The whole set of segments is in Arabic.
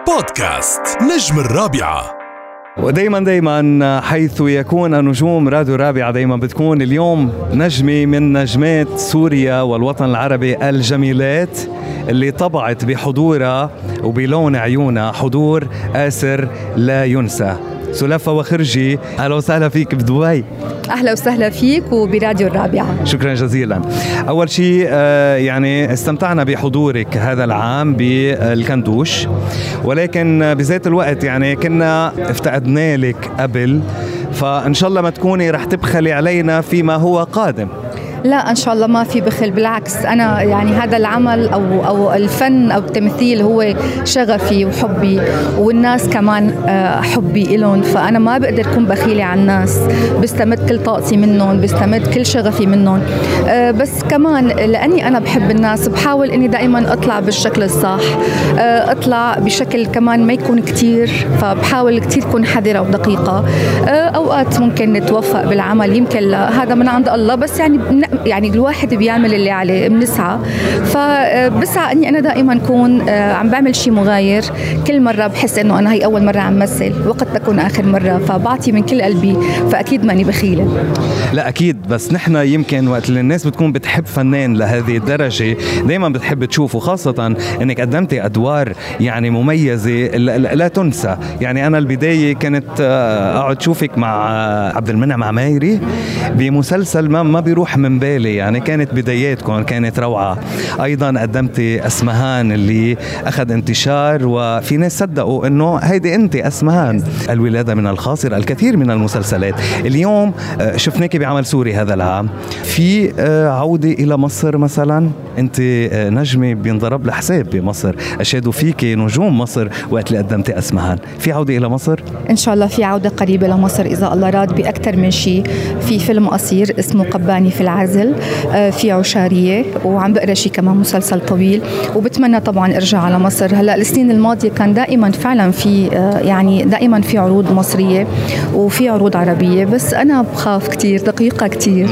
بودكاست نجم الرابعة. ودايما حيث يكون نجوم راديو الرابعة دايما بتكون اليوم نجمة من نجمات سوريا والوطن العربي الجميلات اللي طبعت بحضورها وبلون عيونها حضور آسر لا ينسى. سلافة فواخرجي، أهلا وسهلا فيك بدبي. أهلا وسهلا فيك وبراديو الرابعة. شكرا جزيلا. أول شيء يعني استمتعنا بحضورك هذا العام بالكندوش، ولكن بذات الوقت يعني كنا افتقدنا لك قبل، فإن شاء الله ما تكوني رح تبخلي علينا فيما هو قادم. لا إن شاء الله ما في بخل، بالعكس أنا يعني هذا العمل أو الفن أو التمثيل هو شغفي وحبي، والناس كمان حبي إلهم، فأنا ما بقدر أكون بخيلة على الناس، بستمد كل طاقتي منهم، بستمد كل شغفي منهم، بس كمان لأني أنا بحب الناس بحاول إني دائما أطلع بالشكل الصح، أطلع بشكل كمان ما يكون كتير، فبحاول كتير كون حذرة ودقيقة. أوقات ممكن نتوفق بالعمل، يمكن هذا من عند الله، بس يعني الواحد بيعمل اللي عليه، بنسعى، فبسعى اني انا دائما اكون عم بعمل شيء مغاير. كل مره بحس انه انا هي اول مره عم مثل، وقت تكون اخر مره، فبعطي من كل قلبي، فاكيد ماني بخيله. لا اكيد، بس نحن يمكن وقت اللي الناس بتكون بتحب فنان لهذه الدرجه دائما بتحب تشوفه، خاصه انك قدمتي ادوار يعني مميزه لا تنسى. يعني انا البدايه كانت اقعد اشوفك مع عبد المنعم عمايري بمسلسل ما بيروح من بالي، يعني كانت بداياتكم كانت روعة. أيضا قدمتي أسمهان اللي أخذ انتشار، وفي ناس صدقوا أنه هيدي أنت أسمهان. الولادة من الخاصرة، الكثير من المسلسلات. اليوم شفناك بعمل سوري هذا العام، في عودة إلى مصر مثلا. أنت نجمة بينضرب لحساب بمصر، أشادوا فيك نجوم مصر وقت اللي قدمتي أسمهان. في عودة إلى مصر؟ إن شاء الله في عودة قريبة لمصر إذا الله راد، بأكثر من شيء. في فيلم قصير اسمه قباني في العزل، في عشارية، وعم بقرأ شيء كمان مسلسل طويل، وبتمنى طبعا ارجع على مصر. هلا السنين الماضية كان دائما فعلا في يعني دائما في عروض مصرية وفي عروض عربية، بس أنا بخاف كتير، دقيقة كتير،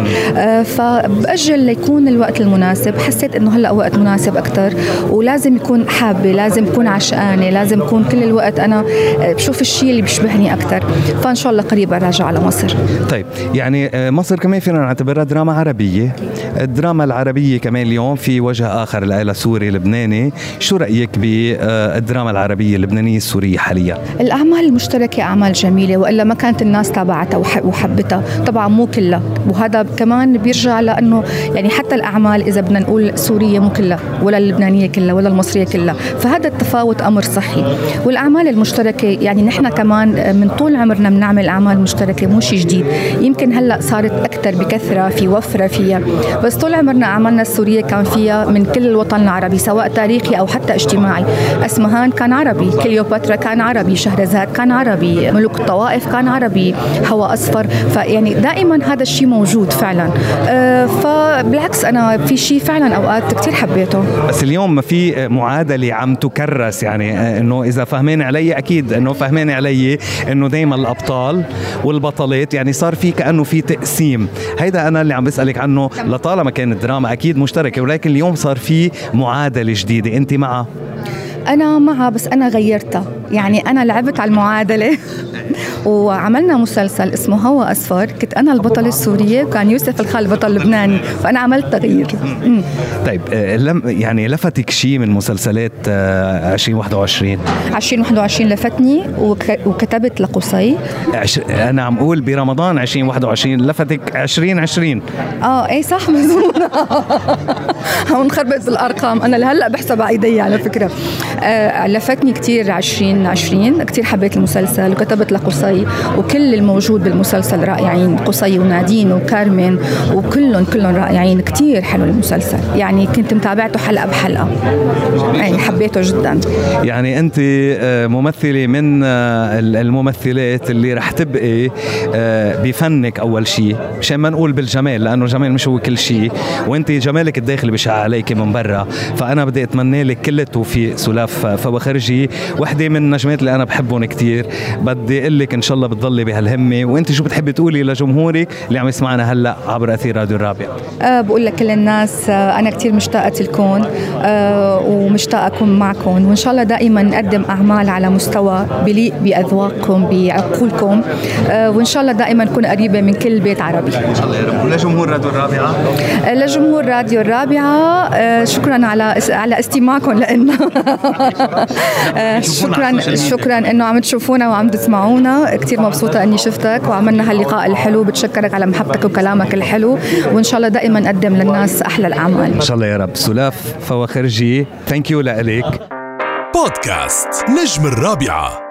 فبأجل ليكون الوقت المناسب. حسيت إنه هلا وقت مناسب أكتر، ولازم يكون حابة، لازم يكون عشقانة، لازم يكون كل الوقت أنا بشوف الشيء اللي بيشبهني أكتر. فإن شاء الله قريبا راجع على مصر. طيب يعني مصر كمان فينا نعتبرها دراما عربية. الدراما العربية كمان اليوم في وجه آخر لها، سوري لبناني. شو رأيك بالدراما العربية اللبنانية السورية حاليا؟ الأعمال المشتركة أعمال جميلة، وإلا ما كانت الناس تابعتها وحبتها. طبعا مو كلها، وهذا كمان بيرجع لأنه يعني حتى الأعمال إذا بدنا نقول سورية مو كلها، ولا اللبنانية كلها، ولا المصرية كلها، فهذا التفاوت أمر صحي. والأعمال المشتركة يعني نحن كمان من طول عمرنا بنعمل أعمال مشتركة، مو شيء جديد. يمكن هلأ صارت أكثر بكثرة، في وفرة فيها، بس طول عمرنا أعمالنا السورية كان فيها من كل الوطن العربي، سواء تاريخي أو حتى اجتماعي. أسمهان كان عربي، كليوباترا كان عربي، شهرزاد كان عربي، ملوك الطوائف كان عربي، هواء أصفر. فيعني دائما هذا الشيء موجود فعلا. فبالعكس أنا في شيء فعلا أوقات كتير حبيته. بس اليوم ما في معادلة عم تكرس، يعني إنه إذا فهمين علي، أكيد إنه فهمين علي إنه دايما الأبطال والبطلات، يعني صار في كأنه في تقسيم. هيدا أنا اللي عم بسألك عنه. لطالما كانت دراما أكيد مشتركة، ولكن اليوم صار في معادلة جديدة. أنت معها؟ أنا معها، بس أنا غيرتها. يعني أنا لعبت على المعادلة وعملنا مسلسل اسمه هواء أصفر، كنت أنا البطل السورية وكان يوسف الخال البطل اللبناني، فأنا عملت تغيير. طيب يعني لفتك شيء من مسلسلات 2021؟ 2021 لفتني وكتبت لقصي. أنا عم أقول برمضان 2021 لفتك 2020. إيه صح مزبوط. هون خربت بالأرقام، أنا لهلأ بحسب عيدي على فكرة. لفتني كتير 2020، كتير حبيت المسلسل وكتبت لقصي، وكل الموجود بالمسلسل رائعين، قصي ونادين وكارمن وكلهم رائعين. كتير حلو المسلسل، يعني كنت متابعته حلقة بحلقة، يعني حبيته جدا. يعني أنت ممثلة من الممثلات اللي رح تبقي بفنك أول شيء، مشان ما نقول بالجمال، لأنه جمال مش هو كل شيء، وأنت جمالك الداخلي بشع عليك من برا. فأنا بدي أتمنى لك كل التوفيق سلاف فواخرجي، وحدة من النجمات اللي أنا بحبهم كتير. بدي أقول لك إن شاء الله بتضلي بهالهمة. وانت شو بتحبي تقولي لجمهورك اللي عم يسمعنا هلا عبر أثير راديو الرابعة؟ بقول لك كل الناس أنا كتير مشتاقة لكم ومشتاقة أكون معكم، وإن شاء الله دائما نقدم أعمال على مستوى بليق بأذواقكم بعقولكم، وإن شاء الله دائما نكون قريبة من كل بيت عربي إن شاء الله يا رب. ولجمهور راديو الرابعة، لجمهور راديو الرابعة شكرا على استماعكم لنا. شكرا إنه عم تشوفونا وعم تسمعونا. كتير مبسوطة إني شفتك وعملنا هاللقاء الحلو. بتشكرك على محبتك وكلامك الحلو، وإن شاء الله دائما نقدم للناس أحلى الأعمال إن شاء الله يا رب. سلاف فواخرجي، ثانك يو لإلك. بودكاست نجم الرابعة.